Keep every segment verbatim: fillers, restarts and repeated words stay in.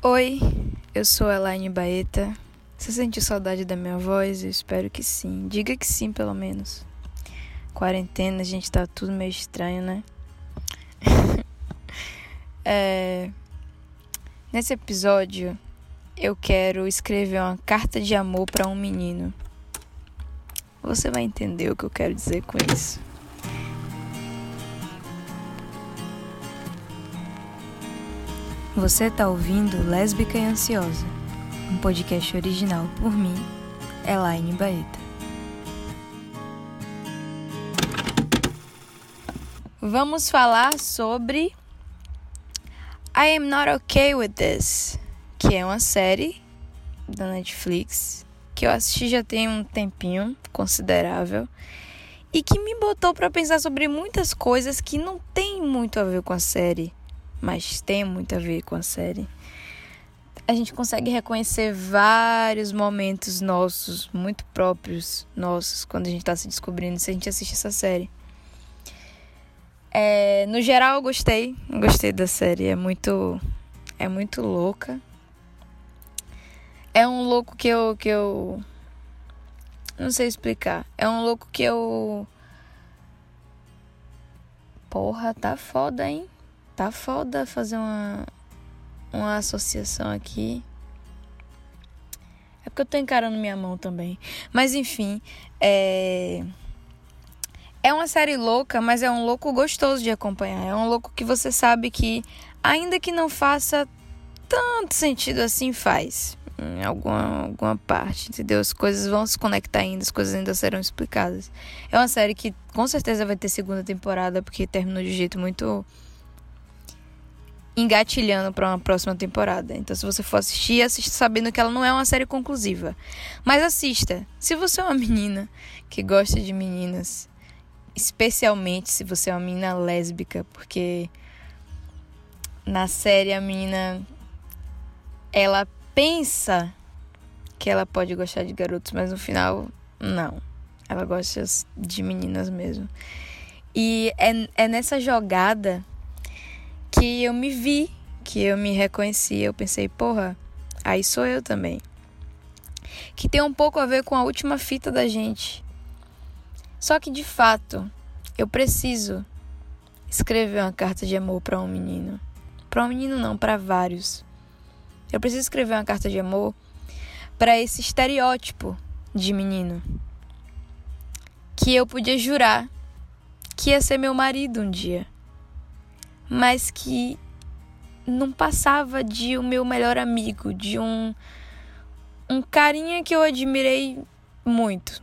Oi, eu sou Elaine Baeta. Você sentiu saudade da minha voz? Eu espero que sim. Diga que sim, pelo menos. Quarentena, a gente tá tudo meio estranho, né? é... Nesse episódio, eu quero escrever uma carta de amor pra um menino. Você vai entender o que eu quero dizer com isso. Você tá ouvindo Lésbica e Ansiosa, um podcast original por mim, Elaine Baeta. Vamos falar sobre I Am Not Okay With This, que é uma série da Netflix que eu assisti já tem um tempinho considerável e que me botou pra pensar sobre muitas coisas que não tem muito a ver com a série, mas tem muito a ver com a série. A gente consegue reconhecer vários momentos nossos, muito próprios nossos, quando a gente tá se descobrindo, se a gente assiste essa série. É, no geral, eu gostei. Eu gostei da série. É muito, é muito louca. É um louco que eu, que eu... Não sei explicar. É um louco que eu... Porra, tá foda, hein? Tá foda fazer uma, uma associação aqui. É porque eu tô encarando minha mão também. Mas enfim, é... É uma série louca, mas é um louco gostoso de acompanhar. É um louco que você sabe que, ainda que não faça tanto sentido assim, faz. Em alguma, alguma parte, entendeu? As coisas vão se conectar ainda, as coisas ainda serão explicadas. É uma série que com certeza vai ter segunda temporada, porque terminou de jeito muito... engatilhando para uma próxima temporada. Então, se você for assistir, assista sabendo que ela não é uma série conclusiva. Mas assista. Se você é uma menina que gosta de meninas, especialmente se você é uma menina lésbica, porque na série a menina, ela pensa que ela pode gostar de garotos, mas no final, não. Ela gosta de meninas mesmo. E é, é nessa jogada que eu me vi, que eu me reconheci, eu pensei, porra, aí sou eu também. Que tem um pouco a ver com a última fita da gente. Só que, de fato, eu preciso escrever uma carta de amor para um menino. Para um menino não, para vários. Eu preciso escrever uma carta de amor para esse estereótipo de menino que eu podia jurar que ia ser meu marido um dia, mas que não passava de o meu melhor amigo, de um, um carinha que eu admirei muito.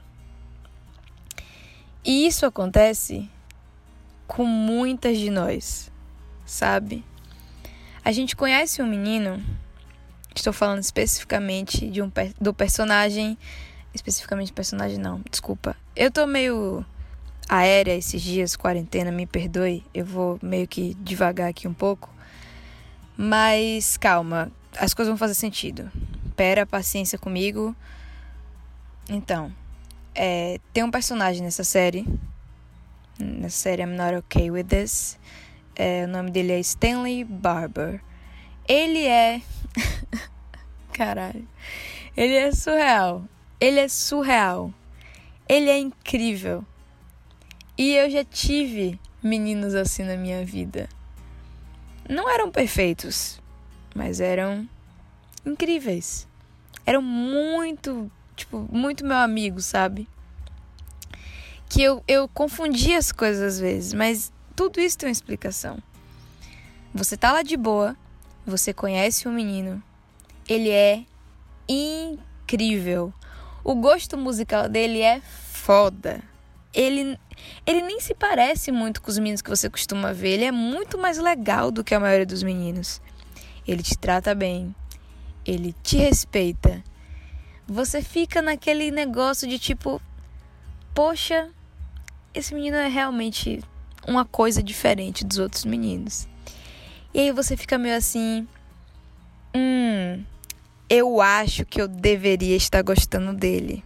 E isso acontece com muitas de nós, sabe? A gente conhece um menino, estou falando especificamente de um, do personagem, especificamente personagem não, desculpa. Eu tô meio... aérea esses dias, quarentena, me perdoe, eu vou meio que devagar aqui um pouco, mas calma, as coisas vão fazer sentido. Pera, paciência comigo. Então, é, tem um personagem nessa série, nessa série I'm Not Okay With This, é, o nome dele é Stanley Barber. Ele é... Caralho. Ele é surreal. Ele é surreal. Ele é incrível. E eu já tive meninos assim na minha vida. Não eram perfeitos, mas eram incríveis. Eram muito, tipo, muito meu amigo, sabe? Que eu, eu confundia as coisas às vezes, mas tudo isso tem uma explicação. Você tá lá de boa, você conhece um menino, ele é incrível. O gosto musical dele é foda. Ele, ele nem se parece muito com os meninos que você costuma ver. Ele é muito mais legal do que a maioria dos meninos. Ele te trata bem. Ele te respeita. Você fica naquele negócio de tipo... Poxa, esse menino é realmente uma coisa diferente dos outros meninos. E aí você fica meio assim... Hum, eu acho que eu deveria estar gostando dele.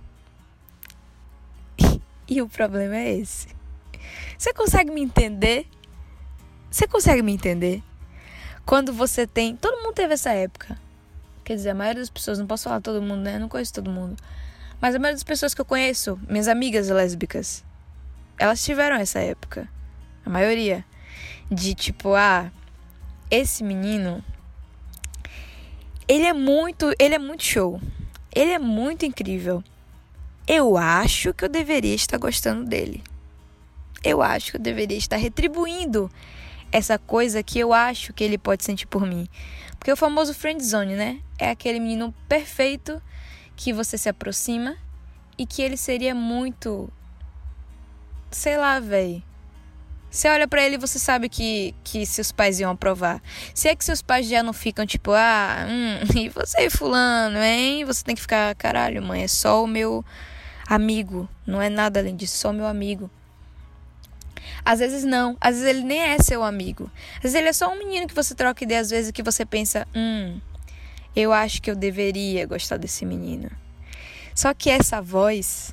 E o problema é esse. Você consegue me entender? Você consegue me entender? Quando você tem... Todo mundo teve essa época. Quer dizer, a maioria das pessoas, não posso falar todo mundo, né? Eu não conheço todo mundo. Mas a maioria das pessoas que eu conheço, minhas amigas lésbicas, elas tiveram essa época. A maioria. De tipo, ah, esse menino, ele é muito, ele é muito show. Ele é muito incrível. Eu acho que eu deveria estar gostando dele. Eu acho que eu deveria estar retribuindo essa coisa que eu acho que ele pode sentir por mim. Porque o famoso friendzone, né? É aquele menino perfeito que você se aproxima e que ele seria muito... Sei lá, véi. Você olha pra ele e você sabe que, que seus pais iam aprovar. Se é que seus pais já não ficam tipo, ah, hum, e você, fulano, hein? Você tem que ficar, caralho, mãe, é só o meu amigo. Não é nada além disso, só o meu amigo. Às vezes não, às vezes ele nem é seu amigo. Às vezes ele é só um menino que você troca ideia, às vezes que você pensa, hum, eu acho que eu deveria gostar desse menino. Só que essa voz...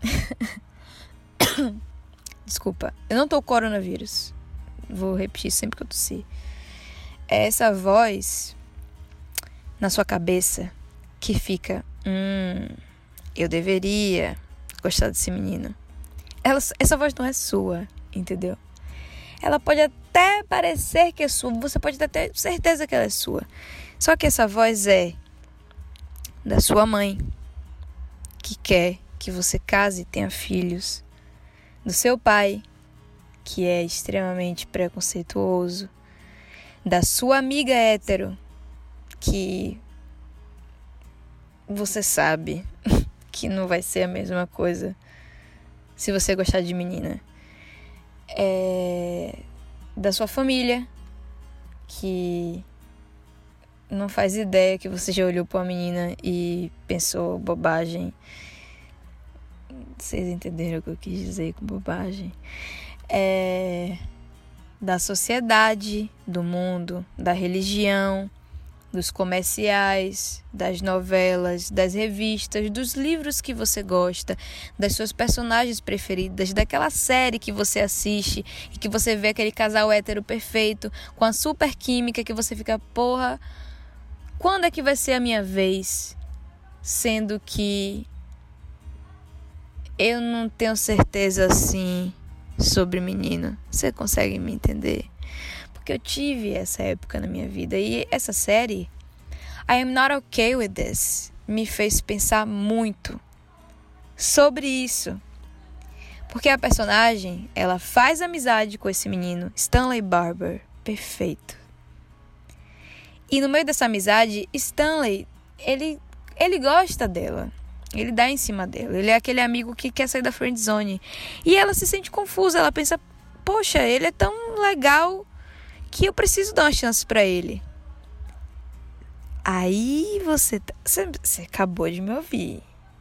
Desculpa, eu não tô com coronavírus. Vou repetir sempre que eu tossir. É essa voz na sua cabeça que fica, hum, eu deveria gostar desse menino. Ela, essa voz não é sua, entendeu? Ela pode até parecer que é sua, você pode até ter certeza que ela é sua. Só que essa voz é da sua mãe, que quer que você case e tenha filhos. Do seu pai, que é extremamente preconceituoso. Da sua amiga hétero, que você sabe que não vai ser a mesma coisa se você gostar de menina. É... Da sua família, que não faz ideia que você já olhou pra uma menina e pensou bobagem. Vocês entenderam o que eu quis dizer com bobagem? É... Da sociedade, do mundo, da religião, dos comerciais, das novelas, das revistas, dos livros que você gosta, das suas personagens preferidas, daquela série que você assiste e que você vê aquele casal hétero perfeito, com a super química que você fica, porra, quando é que vai ser a minha vez? Sendo que eu não tenho certeza assim sobre menino. Você consegue me entender? Porque eu tive essa época na minha vida. E essa série, I Am Not Okay With This, me fez pensar muito sobre isso. Porque a personagem, ela faz amizade com esse menino, Stanley Barber, perfeito. E no meio dessa amizade, Stanley, ele, ele gosta dela. Ele dá em cima dela. Ele é aquele amigo que quer sair da friendzone. E ela se sente confusa. Ela pensa, poxa, ele é tão legal que eu preciso dar uma chance pra ele. Aí você, tá, você... Você acabou de me ouvir.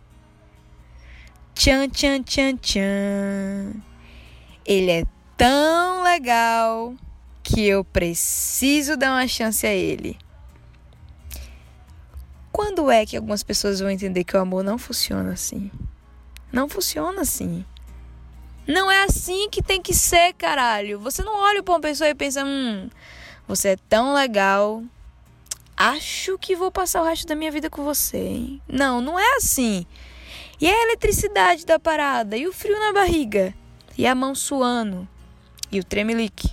Tchan, tchan, tchan, tchan. Ele é tão legal que eu preciso dar uma chance a ele. Quando é que algumas pessoas vão entender que o amor não funciona assim? Não funciona assim. Não é assim que tem que ser, caralho. Você não olha pra uma pessoa e pensa, hum, você é tão legal, acho que vou passar o resto da minha vida com você, hein? Não, não é assim. E a eletricidade da parada, e o frio na barriga, e a mão suando, e o tremelique.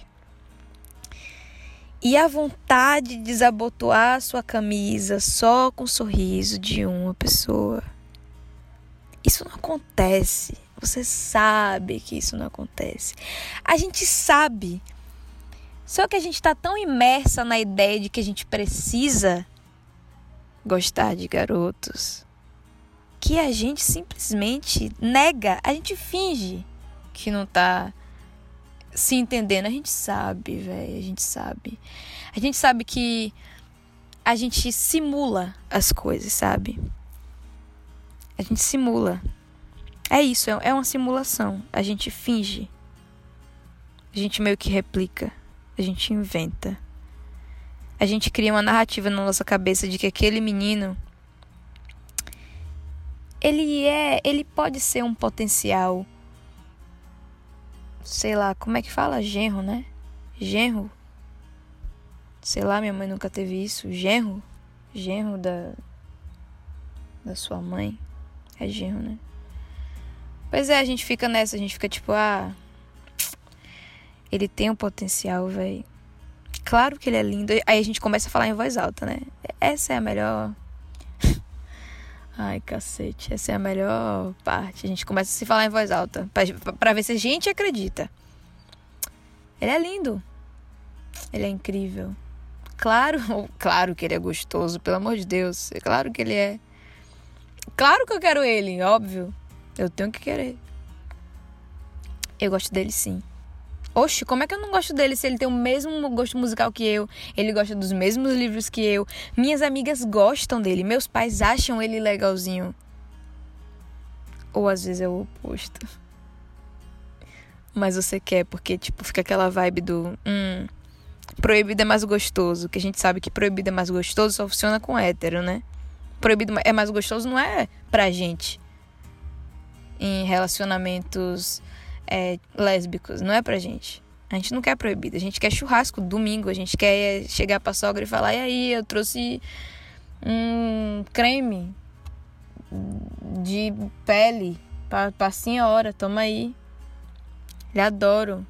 E a vontade de desabotoar sua camisa só com o sorriso de uma pessoa. Isso não acontece. Você sabe que isso não acontece. A gente sabe. Só que a gente está tão imersa na ideia de que a gente precisa gostar de garotos que a gente simplesmente nega. A gente finge que não tá se entendendo. A gente sabe, velho. A gente sabe. A gente sabe que a gente simula as coisas, sabe? A gente simula. É isso, é uma simulação. A gente finge. A gente meio que replica. A gente inventa. A gente cria uma narrativa na nossa cabeça de que aquele menino, ele é, ele pode ser um potencial, sei lá, como é que fala? Genro, né? Genro. Sei lá, minha mãe nunca teve isso. Genro. genro da, da sua mãe. É genro, né? Pois é, a gente fica nessa, a gente fica tipo, ah, ele tem um potencial, velho. Claro que ele é lindo. Aí a gente começa a falar em voz alta, né? Essa é a melhor... Ai, cacete, essa é a melhor parte. A gente começa a se falar em voz alta, pra, pra ver se a gente acredita. Ele é lindo. Ele é incrível. Claro, claro que ele é gostoso, pelo amor de Deus. É claro que ele é. Claro que eu quero ele, óbvio. Eu tenho que querer. Eu gosto dele, sim. Oxe, como é que eu não gosto dele se ele tem o mesmo gosto musical que eu? Ele gosta dos mesmos livros que eu. Minhas amigas gostam dele. Meus pais acham ele legalzinho. Ou às vezes é o oposto. Mas você quer, porque tipo, fica aquela vibe do... Hum, proibido é mais gostoso. Que a gente sabe que proibido é mais gostoso só funciona com hétero, né? Proibido é mais gostoso não é pra gente. Em relacionamentos... É, lésbicos, não é pra gente. A gente não quer proibido, a gente quer churrasco domingo, a gente quer chegar pra sogra e falar: e aí, eu trouxe um creme de pele pra, pra senhora, toma aí. Lhe adoro.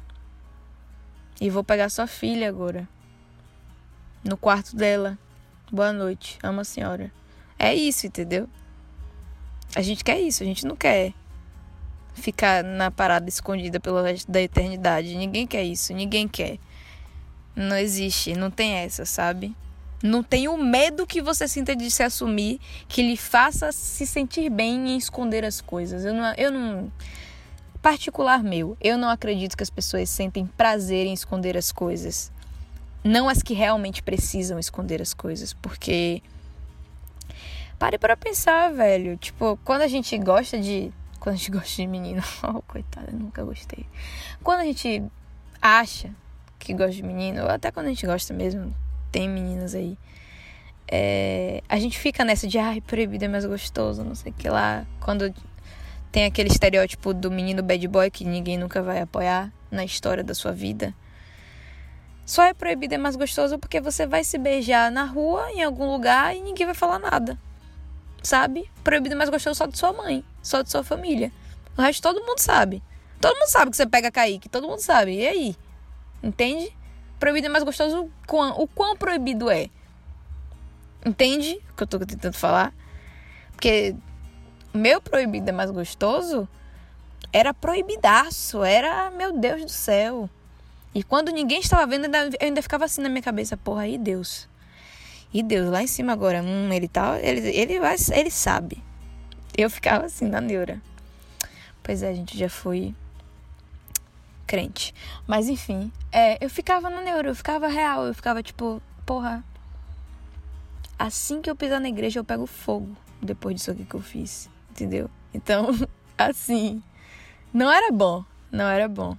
E vou pegar sua filha agora no quarto dela. Boa noite, amo a senhora. É isso, entendeu? A gente quer isso, a gente não quer ficar na parada escondida pelo resto da eternidade. Ninguém quer isso, ninguém quer. Não existe, não tem essa, sabe? Não tem o medo que você sinta de se assumir que lhe faça se sentir bem em esconder as coisas. Eu não, eu não... Particular meu, eu não acredito que as pessoas sentem prazer em esconder as coisas. Não as que realmente precisam esconder as coisas, porque... Pare para pensar, velho. Tipo, quando a gente gosta de... Quando a gente gosta de menino... Oh, coitada, eu nunca gostei. Quando a gente acha que gosta de menino, ou até quando a gente gosta mesmo, tem meninas aí, é, a gente fica nessa de, ai, proibido é mais gostoso, não sei o que lá. Quando tem aquele estereótipo do menino bad boy que ninguém nunca vai apoiar na história da sua vida. Só é proibido é mais gostoso porque você vai se beijar na rua, em algum lugar, e ninguém vai falar nada. Sabe? Proibido é mais gostoso só de sua mãe, só de sua família. O resto todo mundo sabe. Todo mundo sabe que você pega Kaique, todo mundo sabe. E aí? Entende? Proibido é mais gostoso o quão, o quão proibido é. Entende o que eu tô tentando falar? Porque o meu proibido é mais gostoso era proibidaço, era, meu Deus do céu. E quando ninguém estava vendo, eu ainda, eu ainda ficava assim na minha cabeça, porra, e Deus? E Deus, lá em cima agora, hum, ele tá, ele, ele, vai, ele sabe. Eu ficava assim, na neura. Pois é, a gente já foi crente. Mas enfim, é, eu ficava na neura, eu ficava real, eu ficava tipo, porra, assim que eu pisar na igreja eu pego fogo depois disso aqui que eu fiz, entendeu? Então, assim, não era bom, não era bom.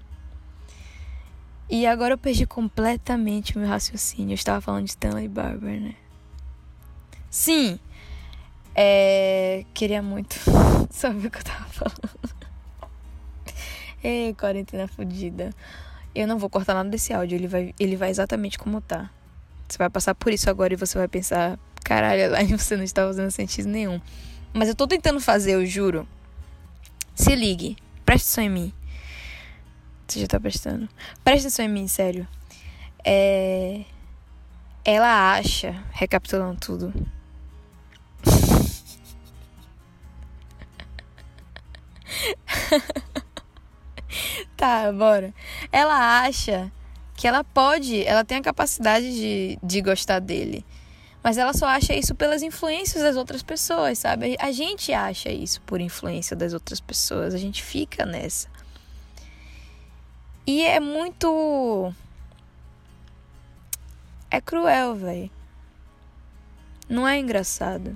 E agora eu perdi completamente o meu raciocínio. Eu estava falando de Stanley Barber, né? Sim, é... queria muito saber o que eu tava falando. Ei, quarentena fodida. Eu não vou cortar nada desse áudio, ele vai, ele vai exatamente como tá. Você vai passar por isso agora e você vai pensar, caralho, Elaine, você não está fazendo sentido nenhum. Mas eu tô tentando fazer, eu juro. Se ligue, preste atenção em mim. Você já tá prestando? Preste atenção em mim, sério. É... Ela acha, recapitulando tudo... Tá, bora. Ela acha que ela pode, ela tem a capacidade de, de gostar dele. Mas ela só acha isso pelas influências das outras pessoas, sabe? A gente acha isso por influência das outras pessoas. A gente fica nessa. E é muito... É cruel, velho. Não é engraçado.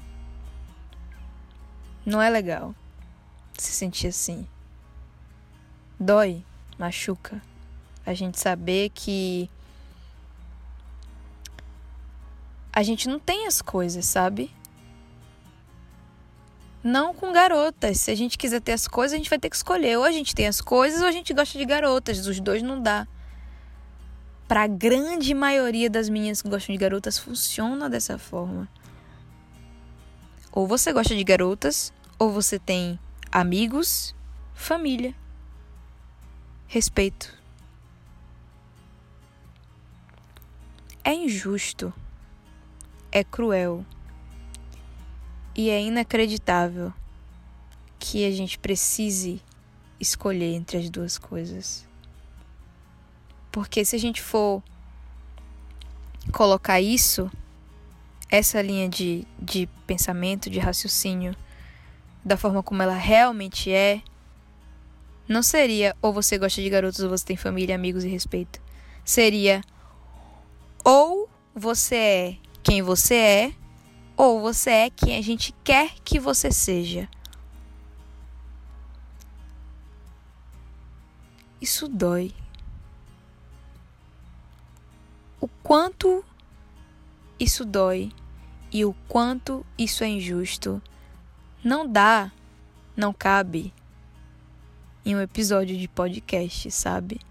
Não é legal se sentir assim. Dói, machuca. A gente saber que a gente não tem as coisas, sabe? Não com garotas. Se a gente quiser ter as coisas, a gente vai ter que escolher. Ou a gente tem as coisas ou a gente gosta de garotas. Os dois não dá. para a grande maioria das meninas que gostam de garotas, funciona dessa forma. Ou você gosta de garotas, ou você tem amigos, família, respeito. É injusto, é cruel e é inacreditável que a gente precise escolher entre as duas coisas. Porque se a gente for colocar isso, essa linha de, de pensamento, de raciocínio, da forma como ela realmente é, não seria ou você gosta de garotos ou você tem família, amigos e respeito. Seria ou você é quem você é, ou você é quem a gente quer que você seja. Isso dói. O quanto isso dói e o quanto isso é injusto não dá, não cabe em um episódio de podcast, sabe?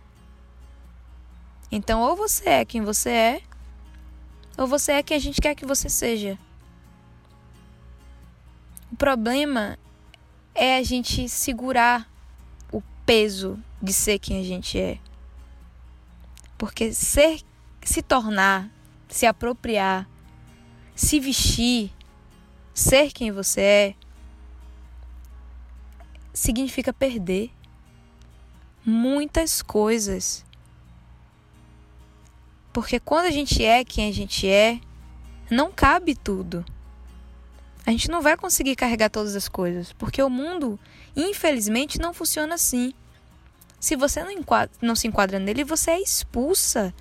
Então, ou você é quem você é, ou você é quem a gente quer que você seja. O problema é a gente segurar o peso de ser quem a gente é. Porque ser, se tornar, se apropriar, se vestir, ser quem você é, significa perder muitas coisas. Porque quando a gente é quem a gente é, não cabe tudo. A gente não vai conseguir carregar todas as coisas, porque o mundo, infelizmente, não funciona assim. Se você não, enquadra, não se enquadra nele, você é expulsa.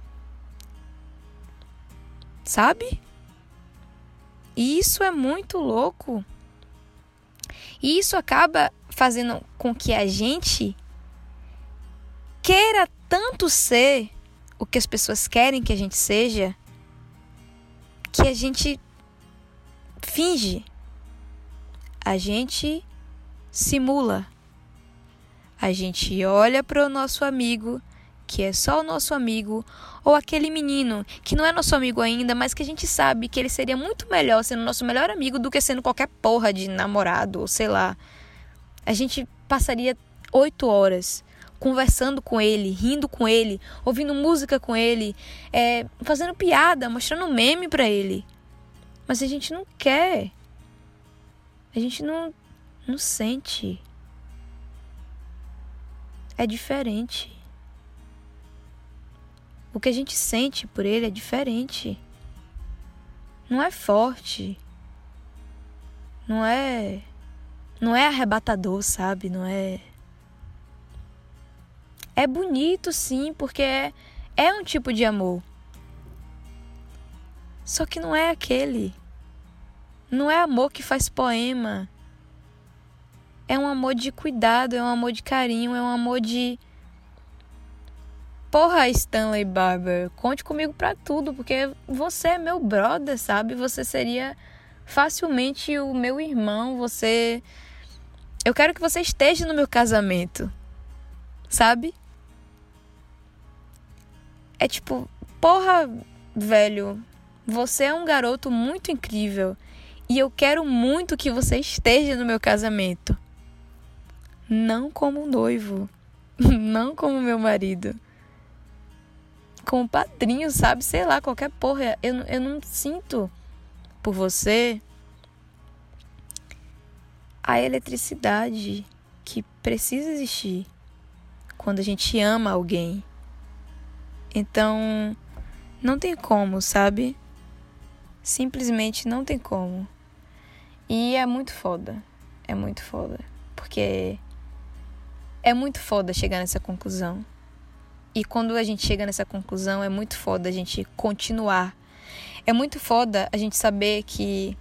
Sabe? E isso é muito louco. E isso acaba fazendo com que a gente queira tanto ser o que as pessoas querem que a gente seja, que a gente finge, a gente simula, a gente olha para o nosso amigo, que é só o nosso amigo, ou aquele menino que não é nosso amigo ainda, mas que a gente sabe que ele seria muito melhor sendo nosso melhor amigo do que sendo qualquer porra de namorado, ou sei lá. A gente passaria oito horas conversando com ele, rindo com ele, ouvindo música com ele, é, fazendo piada, mostrando meme pra ele. Mas a gente não quer. A gente não, não sente. É diferente. O que a gente sente por ele é diferente. Não é forte. Não é... Não é arrebatador, sabe? Não é... É bonito, sim, porque é, é um tipo de amor. Só que não é aquele. Não é amor que faz poema. É um amor de cuidado, é um amor de carinho, é um amor de... Porra, Stanley Barber, conte comigo pra tudo, porque você é meu brother, sabe? Você seria facilmente o meu irmão, você... Eu quero que você esteja no meu casamento, sabe? É tipo, porra, velho, você é um garoto muito incrível e eu quero muito que você esteja no meu casamento. Não como noivo, não como meu marido. Como padrinho, sabe? Sei lá, qualquer porra. Eu, eu não sinto por você a eletricidade que precisa existir quando a gente ama alguém. Então, não tem como, sabe? Simplesmente não tem como. E é muito foda. É muito foda. Porque é muito foda chegar nessa conclusão. E quando a gente chega nessa conclusão, é muito foda a gente continuar. É muito foda a gente saber que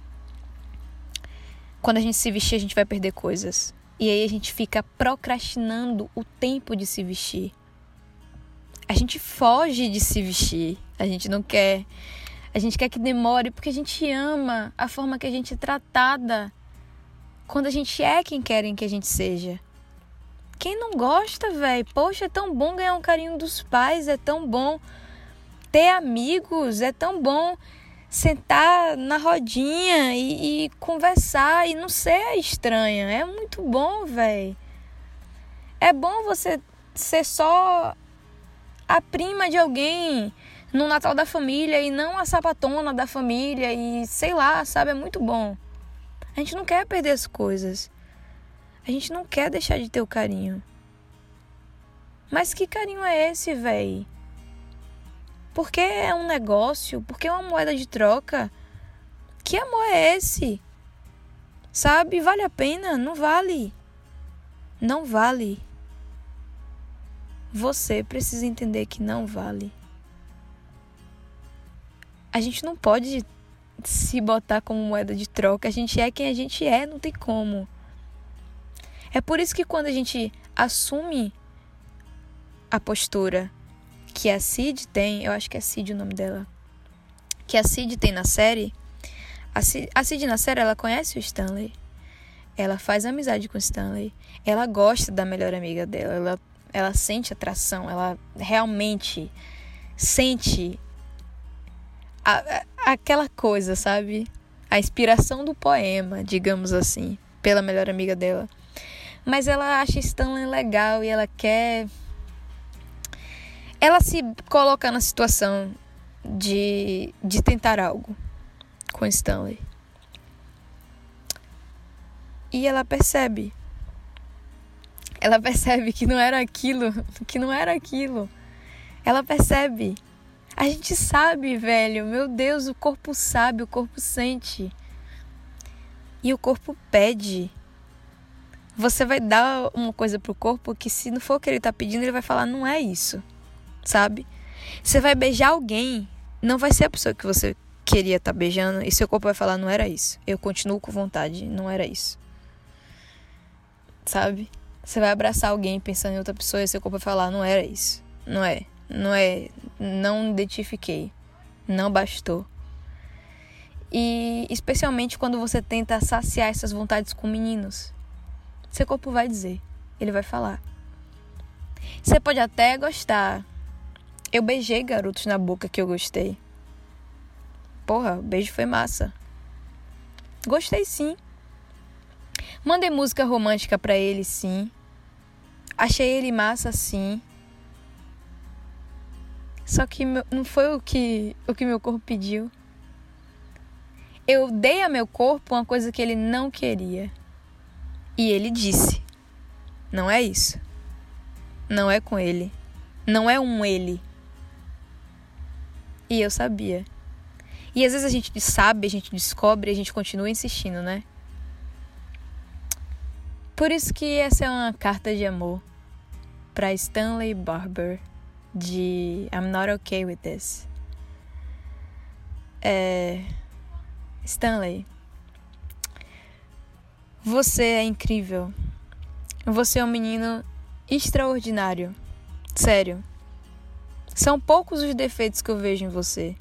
quando a gente se vestir, a gente vai perder coisas. E aí a gente fica procrastinando o tempo de se vestir. A gente foge de se vestir. A gente não quer. A gente quer que demore porque a gente ama a forma que a gente é tratada quando a gente é quem querem que a gente seja. Quem não gosta, velho? Poxa, é tão bom ganhar um carinho dos pais, é tão bom ter amigos, é tão bom sentar na rodinha e, e conversar e não ser estranha. É muito bom, velho. É bom você ser só a prima de alguém no Natal da família e não a sapatona da família e sei lá, sabe? É muito bom. A gente não quer perder as coisas. A gente não quer deixar de ter o carinho. Mas que carinho é esse, véi? Por que é um negócio? Por que é uma moeda de troca? Que amor é esse? Sabe? Vale a pena? Não vale. Não vale. Você precisa entender que não vale. A gente não pode se botar como moeda de troca. A gente é quem a gente é, não tem como. É por isso que quando a gente assume a postura que a Cid tem, eu acho que é Cid o nome dela, que a Cid tem na série, a Cid, a Cid na série, ela conhece o Stanley, ela faz amizade com o Stanley, ela gosta da melhor amiga dela, ela, ela sente atração, ela realmente sente a, a, aquela coisa, sabe? A inspiração do poema, digamos assim, pela melhor amiga dela. Mas ela acha Stanley legal e ela quer... Ela se coloca na situação de, de tentar algo com Stanley. E ela percebe. Ela percebe que não era aquilo, que não era aquilo. Ela percebe. A gente sabe, velho. Meu Deus, o corpo sabe, o corpo sente. E o corpo pede. Você vai dar uma coisa pro corpo que, se não for o que ele tá pedindo, ele vai falar, não é isso. Sabe? Você vai beijar alguém, não vai ser a pessoa que você queria estar beijando, e seu corpo vai falar, não era isso. Eu continuo com vontade, não era isso. Sabe? Você vai abraçar alguém pensando em outra pessoa e seu corpo vai falar, não era isso. Não é. Não é. Não identifiquei. Não bastou. E especialmente quando você tenta saciar essas vontades com meninos. Seu corpo vai dizer. Ele vai falar. Você pode até gostar. Eu beijei garotos na boca que eu gostei. Porra, o beijo foi massa. Gostei sim. Mandei música romântica pra ele, sim. Achei ele massa, sim. Só que não foi o que, o que meu corpo pediu. Eu dei a meu corpo uma coisa que ele não queria. E ele disse, não é isso. Não é com ele. Não é um ele. E eu sabia. E às vezes a gente sabe, a gente descobre e a gente continua insistindo, né? Por isso que essa é uma carta de amor para Stanley Barber, de I'm Not Okay With This. É... Stanley, você é incrível. Você é um menino extraordinário. Sério. São poucos os defeitos que eu vejo em você.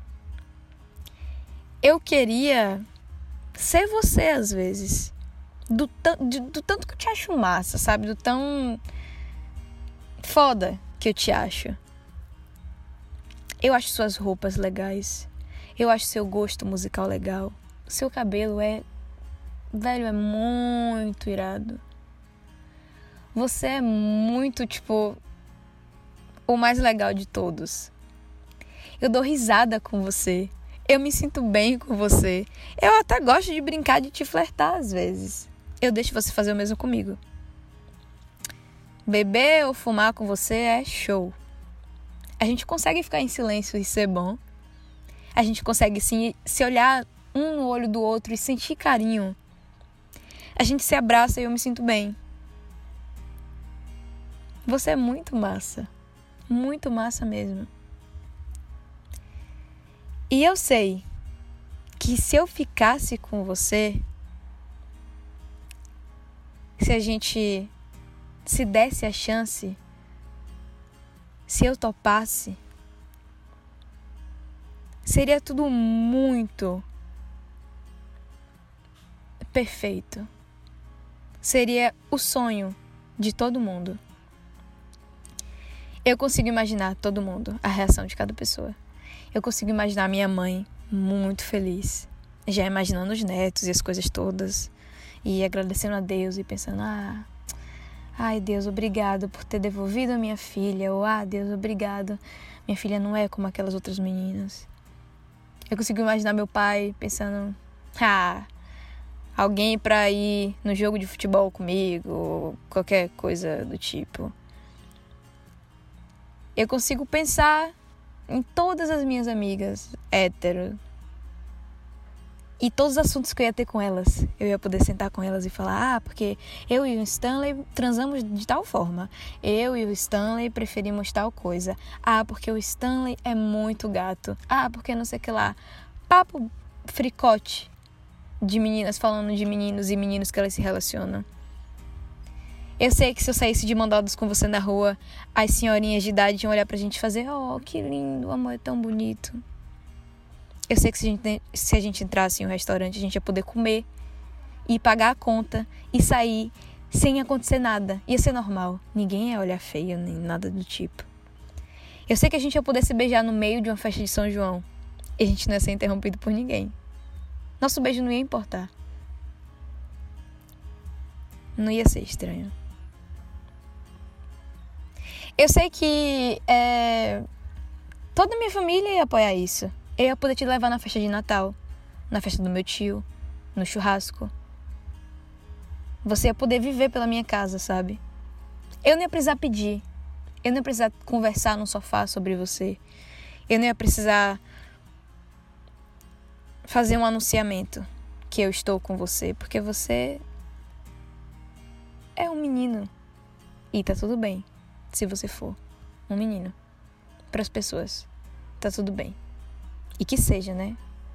Eu queria ser você às vezes. Do, t- do, do tanto que eu te acho massa, sabe? Do tão foda que eu te acho. Eu acho suas roupas legais. Eu acho seu gosto musical legal. Seu cabelo é... Velho, é muito irado. Você é muito, tipo... o mais legal de todos. Eu dou risada com você. Eu me sinto bem com você. Eu até gosto de brincar, de te flertar às vezes. Eu deixo você fazer o mesmo comigo. Beber ou fumar com você é show. A gente consegue ficar em silêncio e ser bom. A gente consegue sim, se olhar um no olho do outro e sentir carinho. A gente se abraça e eu me sinto bem. Você é muito massa. Muito massa mesmo. E eu sei que se eu ficasse com você, se a gente se desse a chance, se eu topasse, seria tudo muito perfeito. Seria o sonho de todo mundo. Eu consigo imaginar todo mundo, a reação de cada pessoa. Eu consigo imaginar minha mãe muito feliz, já imaginando os netos e as coisas todas, e agradecendo a Deus e pensando, ah, ai Deus, obrigado por ter devolvido a minha filha, ou ah Deus, obrigado, minha filha não é como aquelas outras meninas. Eu consigo imaginar meu pai pensando, ah, alguém pra ir no jogo de futebol comigo, ou qualquer coisa do tipo. Eu consigo pensar em todas as minhas amigas hétero e todos os assuntos que eu ia ter com elas. Eu ia poder sentar com elas e falar, ah, porque eu e o Stanley transamos de tal forma. Eu e o Stanley preferimos tal coisa. Ah, porque o Stanley é muito gato. Ah, porque não sei o que lá. Papo fricote de meninas falando de meninos e meninos que elas se relacionam. Eu sei que se eu saísse de mão dadas com você na rua, as senhorinhas de idade iam olhar pra gente e fazer, oh, que lindo, o amor é tão bonito. Eu sei que se a, gente, se a gente entrasse em um restaurante, a gente ia poder comer e pagar a conta e sair sem acontecer nada. Ia ser normal. Ninguém ia olhar feio, nem nada do tipo. Eu sei que a gente ia poder se beijar no meio de uma festa de São João e a gente não ia ser interrompido por ninguém. Nosso beijo não ia importar. Não ia ser estranho. Eu sei que é, toda a minha família ia apoiar isso. Eu ia poder te levar na festa de Natal, na festa do meu tio, no churrasco. Você ia poder viver pela minha casa, sabe? Eu não ia precisar pedir. Eu não ia precisar conversar no sofá sobre você. Eu não ia precisar fazer um anunciamento que eu estou com você, porque você é um menino. E tá tudo bem. Se você for um menino, para as pessoas, tá tudo bem. E que seja, né?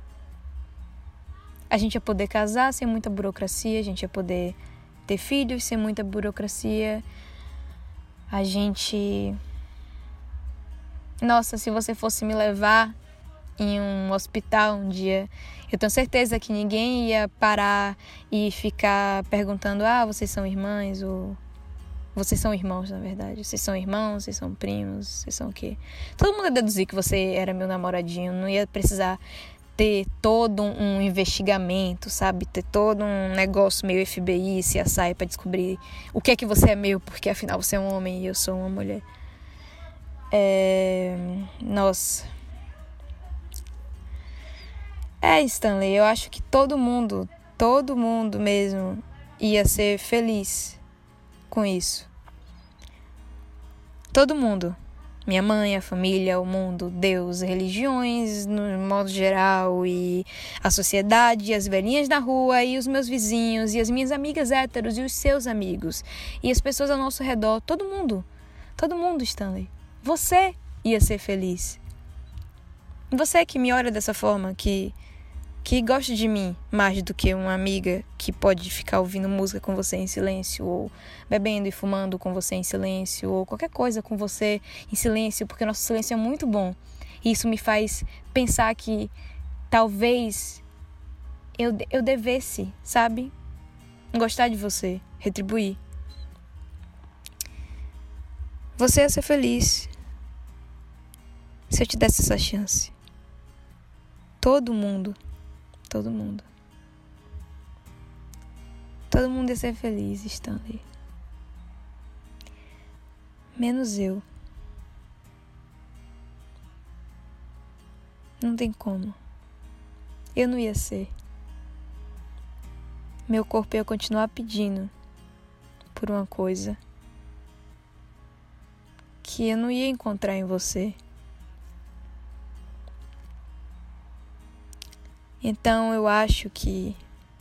A gente ia poder casar sem muita burocracia, a gente ia poder ter filhos sem muita burocracia. A gente... Nossa, se você fosse me levar em um hospital um dia, eu tenho certeza que ninguém ia parar e ficar perguntando, ah, vocês são irmãs, ou... Vocês são irmãos, na verdade. Vocês são irmãos, vocês são primos, vocês são o quê? Todo mundo ia deduzir que você era meu namoradinho. Não ia precisar ter todo um investigamento, sabe? Ter todo um negócio meio F B I, C S I, pra descobrir o que é que você é meu, porque afinal você é um homem e eu sou uma mulher. É... Nossa. É, Stanley, eu acho que todo mundo, todo mundo mesmo ia ser feliz com isso. Todo mundo. Minha mãe, a família, o mundo, Deus, religiões, no modo geral, e a sociedade, as velhinhas da rua, e os meus vizinhos, e as minhas amigas héteros, e os seus amigos, e as pessoas ao nosso redor. Todo mundo. Todo mundo, Stanley. Você ia ser feliz. Você que me olha dessa forma, que... que gosta de mim mais do que uma amiga que pode ficar ouvindo música com você em silêncio, ou bebendo e fumando com você em silêncio, ou qualquer coisa com você em silêncio, porque nosso silêncio é muito bom. E isso me faz pensar que talvez eu, eu devesse, sabe? Gostar de você, retribuir. Você ia ser feliz se eu te desse essa chance. Todo mundo. Todo mundo. Todo mundo ia ser feliz, Stanley. Menos eu. Não tem como. Eu não ia ser. Meu corpo ia continuar pedindo por uma coisa que eu não ia encontrar em você. Então eu acho que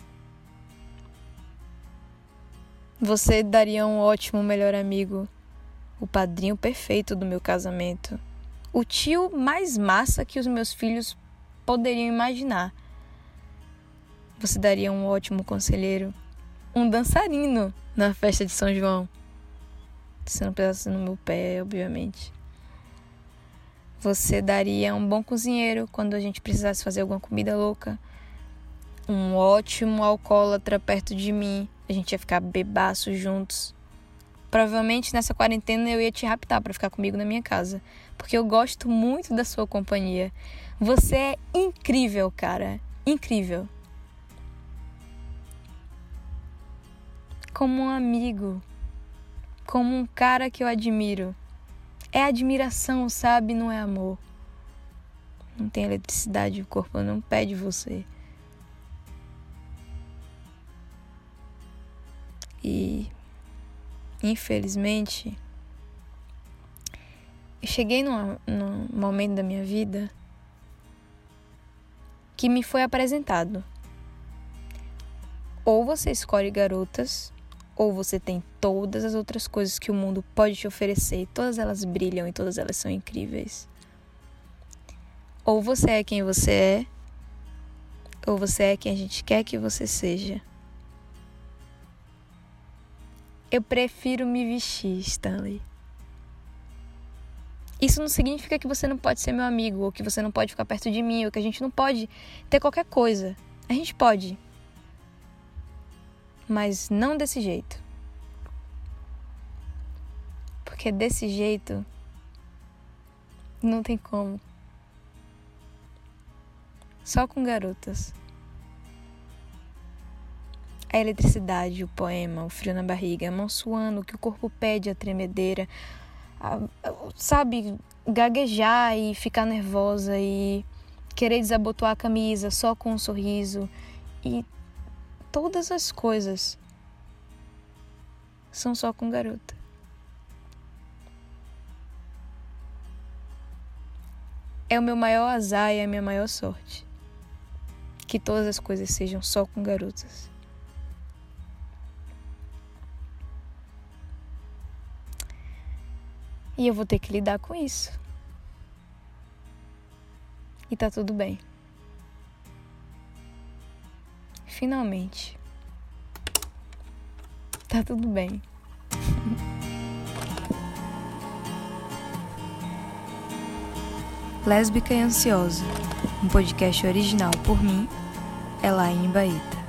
você daria um ótimo melhor amigo, o padrinho perfeito do meu casamento, o tio mais massa que os meus filhos poderiam imaginar. Você daria um ótimo conselheiro, um dançarino na festa de São João. Se não pegasse no meu pé, obviamente. Você daria um bom cozinheiro quando a gente precisasse fazer alguma comida louca. Um ótimo alcoólatra perto de mim. A gente ia ficar bebaço juntos. Provavelmente nessa quarentena eu ia te raptar pra ficar comigo na minha casa. Porque eu gosto muito da sua companhia. Você é incrível, cara. Incrível. Como um amigo. Como um cara que eu admiro. É admiração, sabe? Não é amor. Não tem eletricidade, o corpo não pede você. E, infelizmente, eu cheguei num, num momento da minha vida que me foi apresentado. Ou você escolhe garotas, ou você tem todas as outras coisas que o mundo pode te oferecer. E todas elas brilham e todas elas são incríveis. Ou você é quem você é, ou você é quem a gente quer que você seja. Eu prefiro me vestir, Stanley. Isso não significa que você não pode ser meu amigo, ou que você não pode ficar perto de mim, ou que a gente não pode ter qualquer coisa. A gente pode. Mas não desse jeito. Porque desse jeito não tem como. Só com garotas. A eletricidade, o poema, o frio na barriga, a mão suando, o que o corpo pede, a tremedeira, a, a, sabe, gaguejar e ficar nervosa e querer desabotoar a camisa só com um sorriso. E todas as coisas são só com garota. É o meu maior azar e a minha maior sorte. Que todas as coisas sejam só com garotas. E eu vou ter que lidar com isso. E tá tudo bem. Finalmente. Tá tudo bem. Lésbica e Ansiosa, um podcast original por mim, Elaine Baeta.